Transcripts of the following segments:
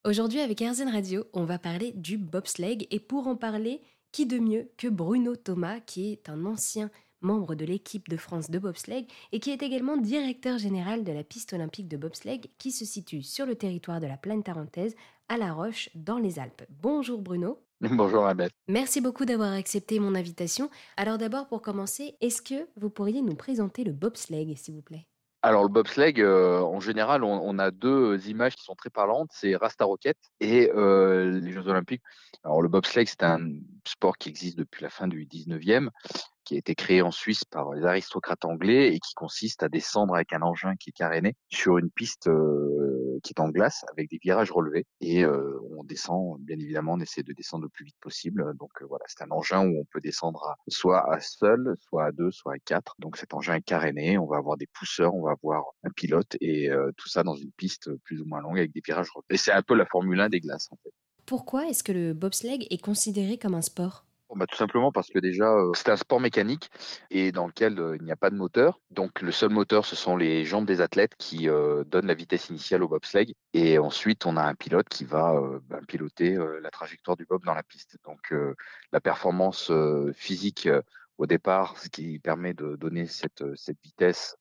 Aujourd'hui, avec RZN Radio, on va parler du bobsleigh. Et pour en parler, qui de mieux que Bruno Thomas, qui est un ancien membre de l'équipe de France de bobsleigh et qui est également directeur général de la piste olympique de bobsleigh qui se situe sur le territoire de la Plaine Tarentaise, à La Roche, dans les Alpes. Bonjour Bruno. Bonjour Ahmed. Merci beaucoup d'avoir accepté mon invitation. Alors d'abord, pour commencer, est-ce que vous pourriez nous présenter le bobsleigh, s'il vous plaît? Alors le bobsleigh, en général, on a deux images qui sont très parlantes, c'est Rasta Rocket et les Jeux Olympiques. Alors le bobsleigh, c'est un sport qui existe depuis la fin du 19e, qui a été créé en Suisse par les aristocrates anglais et qui consiste à descendre avec un engin qui est caréné sur une piste qui est en glace avec des virages relevés et on descend, bien évidemment, on essaie de descendre le plus vite possible. Donc voilà, c'est un engin où on peut descendre soit à seul, soit à deux, soit à quatre. Donc cet engin est caréné, on va avoir des pousseurs, on va avoir un pilote et tout ça dans une piste plus ou moins longue avec des virages relevés. Et c'est un peu la Formule 1 des glaces en fait. Pourquoi est-ce que le bobsleigh est considéré comme un sport? Bon, bah, tout simplement parce que déjà, c'est un sport mécanique et dans lequel il n'y a pas de moteur. Donc le seul moteur, ce sont les jambes des athlètes qui donnent la vitesse initiale au bobsleigh. Et ensuite, on a un pilote qui va piloter la trajectoire du bob dans la piste. Donc la performance physique au départ, ce qui permet de donner cette vitesse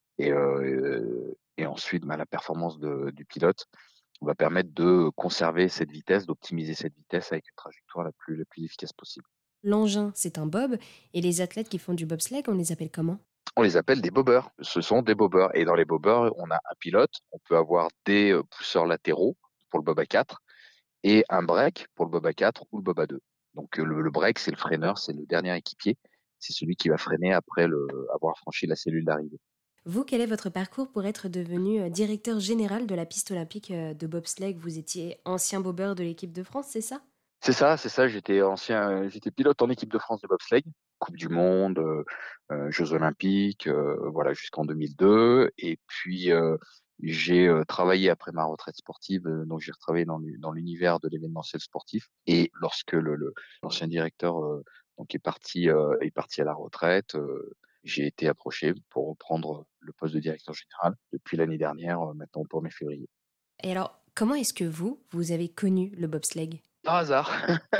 et ensuite la performance du pilote va permettre de conserver cette vitesse, d'optimiser cette vitesse avec une trajectoire la plus efficace possible. L'engin, c'est un bob, et les athlètes qui font du bobsleigh, on les appelle comment? On les appelle des bobeurs. Ce sont des bobeurs. Et dans les bobeurs, on a un pilote, on peut avoir des pousseurs latéraux pour le bob à 4 et un break pour le bob à 4 ou le bob à 2. Donc le break, c'est le freineur, c'est le dernier équipier. C'est celui qui va freiner après avoir franchi la cellule d'arrivée. Vous, quel est votre parcours pour être devenu directeur général de la piste olympique de bobsleigh? Vous étiez ancien bobeur de l'équipe de France, c'est ça? C'est ça. J'étais pilote en équipe de France de bobsleigh, Coupe du Monde, Jeux Olympiques, voilà jusqu'en 2002. Et puis j'ai travaillé après ma retraite sportive, donc j'ai retravaillé dans l'univers de l'événementiel sportif. Et lorsque l'ancien directeur donc est parti à la retraite, j'ai été approché pour reprendre le poste de directeur général depuis l'année dernière, maintenant au 1er février. Et alors, comment est-ce que vous avez connu le bobsleigh? Par hasard.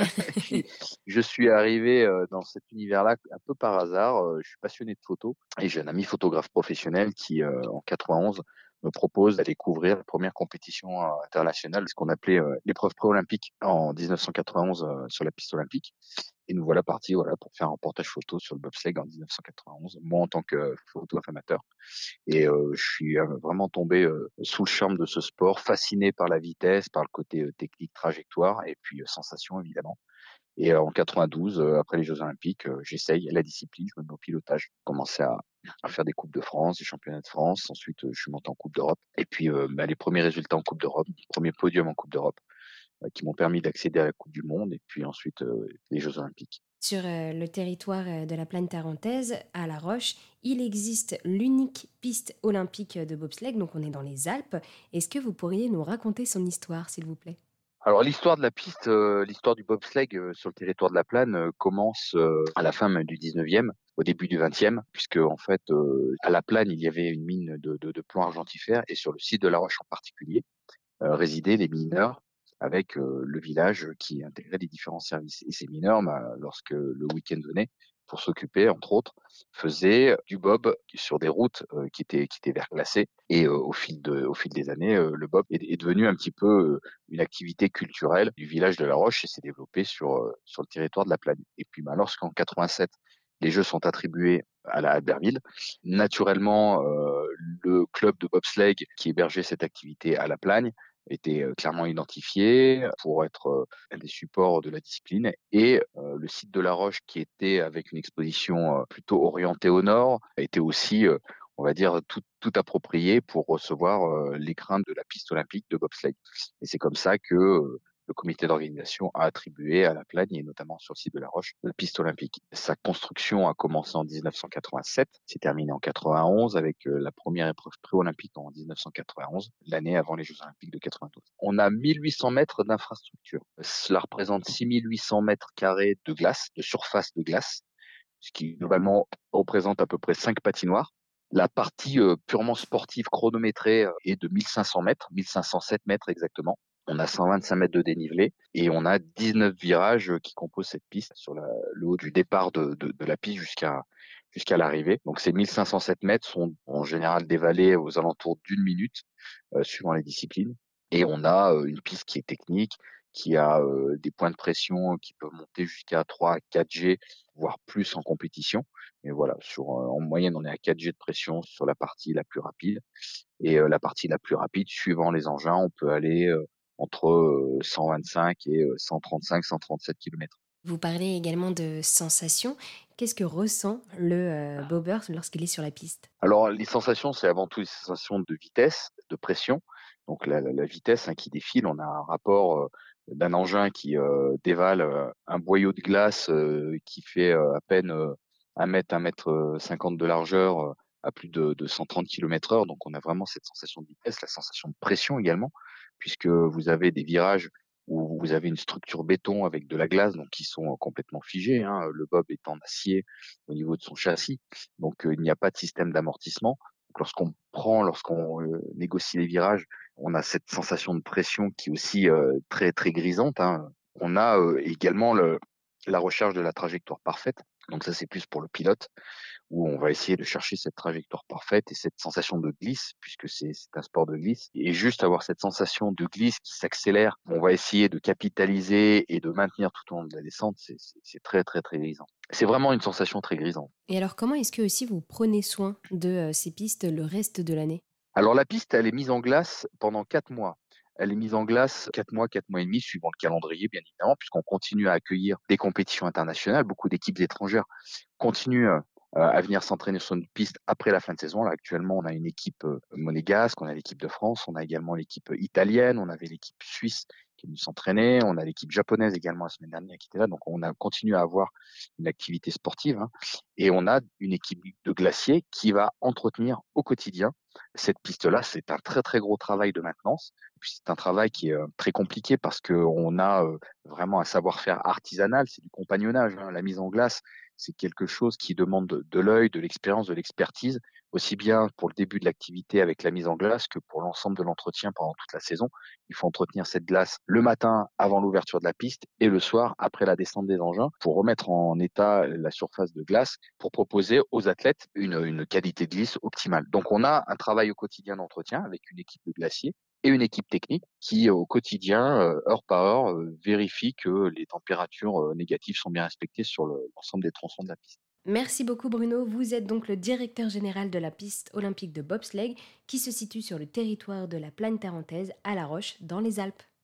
Je je suis arrivé dans cet univers-là un peu par hasard. Je suis passionné de photo et j'ai un ami photographe professionnel qui, en 91, me propose d'aller couvrir la première compétition internationale, ce qu'on appelait l'épreuve pré-olympique en 1991 sur la piste olympique. Et nous voilà partis pour faire un reportage photo sur le bobsleigh en 1991, moi en tant que photographe amateur. Et je suis vraiment tombé sous le charme de ce sport, fasciné par la vitesse, par le côté technique, trajectoire, et puis sensation évidemment. Et en 92, après les Jeux Olympiques, j'essaye la discipline, je me mets au pilotage. Je commençais à faire des Coupes de France, des Championnats de France. Ensuite, je suis monté en Coupe d'Europe. Et puis, les premiers résultats en Coupe d'Europe, premier podium en Coupe d'Europe, qui m'ont permis d'accéder à la Coupe du Monde. Et puis ensuite, les Jeux Olympiques. Sur le territoire de la Plaine Tarentaise, à La Roche, il existe l'unique piste olympique de bobsleigh, donc on est dans les Alpes. Est-ce que vous pourriez nous raconter son histoire, s'il vous plaît? Alors l'histoire de la piste, l'histoire du bobsleigh sur le territoire de la Plaine commence à la fin du 19e, au début du 20e, puisque en fait à la Plaine il y avait une mine de plomb argentifère et sur le site de La Roche en particulier résidaient les mineurs avec le village qui intégrait les différents services. Et ces mineurs, lorsque le week-end venait, pour s'occuper, entre autres, faisaient du bob sur des routes qui étaient verglacées. Et au fil des années, le bob est devenu un petit peu une activité culturelle du village de La Roche et s'est développé sur le territoire de la Plagne. Et puis, lorsqu'en 87, les Jeux sont attribués à Albertville, naturellement, le club de bobsleigh qui hébergeait cette activité à La Plagne était clairement identifié pour être un des supports de la discipline et le site de La Roche qui était avec une exposition plutôt orientée au nord était aussi on va dire tout approprié pour recevoir l'écrin de la piste olympique de bobsleigh. Et c'est comme ça que le comité d'organisation a attribué à la Plagne et notamment sur le site de La Roche la piste olympique. Sa construction a commencé en 1987, s'est terminée en 91 avec la première épreuve pré-olympique en 1991, l'année avant les Jeux olympiques de 92. On a 1800 mètres d'infrastructure. Cela représente 6800 mètres carrés de glace, de surface de glace, ce qui globalement représente à peu près 5 patinoires. La partie purement sportive chronométrée est de 1500 mètres, 1507 mètres exactement. On a 125 mètres de dénivelé et on a 19 virages qui composent cette piste sur le haut du départ de la piste jusqu'à l'arrivée. Donc ces 1507 mètres sont en général dévalés aux alentours d'une minute, suivant les disciplines. Et on a une piste qui est technique, qui a des points de pression qui peuvent monter jusqu'à 3 à 4 G, voire plus en compétition. Mais voilà, en moyenne, on est à 4 G de pression sur la partie la plus rapide. Et la partie la plus rapide, suivant les engins, on peut aller entre 125 et 135, 137 km. Vous parlez également de sensations. Qu'est-ce que ressent le bobber lorsqu'il est sur la piste? Alors, les sensations, c'est avant tout les sensations de vitesse, de pression. Donc, la vitesse qui défile, on a un rapport d'un engin qui dévale un boyau de glace qui fait à peine 1 mètre 50 de largeur à plus de 130 km/h. Donc, on a vraiment cette sensation de vitesse, la sensation de pression également, puisque vous avez des virages où vous avez une structure béton avec de la glace, donc qui sont complètement figés, hein, le bob est en acier au niveau de son châssis. Donc, il n'y a pas de système d'amortissement. Donc, lorsqu'on négocie les virages, on a cette sensation de pression qui est aussi très très grisante, hein. On a également la recherche de la trajectoire parfaite. Donc ça, c'est plus pour le pilote, où on va essayer de chercher cette trajectoire parfaite et cette sensation de glisse, puisque c'est un sport de glisse. Et juste avoir cette sensation de glisse qui s'accélère, on va essayer de capitaliser et de maintenir tout au long de la descente. C'est très très très grisant. C'est vraiment une sensation très grisante. Et alors, comment est-ce que aussi vous prenez soin de ces pistes le reste de l'année? Alors la piste, elle est mise en glace pendant 4 mois. Elle est mise en glace 4 mois et demi, suivant le calendrier, bien évidemment, puisqu'on continue à accueillir des compétitions internationales. Beaucoup d'équipes étrangères continuent à venir s'entraîner sur une piste après la fin de saison. Là, actuellement, on a une équipe monégasque, on a l'équipe de France, on a également l'équipe italienne, on avait l'équipe suisse qui est venue s'entraîner, on a l'équipe japonaise également la semaine dernière qui était là. Donc, on a continué à avoir une activité sportive, hein. Et on a une équipe de glaciers qui va entretenir au quotidien cette piste-là. C'est un très, très gros travail de maintenance. Puis c'est un travail qui est très compliqué parce qu'on a vraiment un savoir-faire artisanal, c'est du compagnonnage, hein. La mise en glace, c'est quelque chose qui demande de l'œil, de l'expérience, de l'expertise, aussi bien pour le début de l'activité avec la mise en glace que pour l'ensemble de l'entretien pendant toute la saison. Il faut entretenir cette glace le matin avant l'ouverture de la piste et le soir après la descente des engins pour remettre en état la surface de glace pour proposer aux athlètes une qualité de glisse optimale. Donc on a un travail au quotidien d'entretien avec une équipe de glaciers et une équipe technique qui, au quotidien, heure par heure, vérifie que les températures négatives sont bien respectées sur l'ensemble des tronçons de la piste. Merci beaucoup Bruno, vous êtes donc le directeur général de la piste olympique de bobsleigh qui se situe sur le territoire de la Plaine Tarentaise à La Roche dans les Alpes.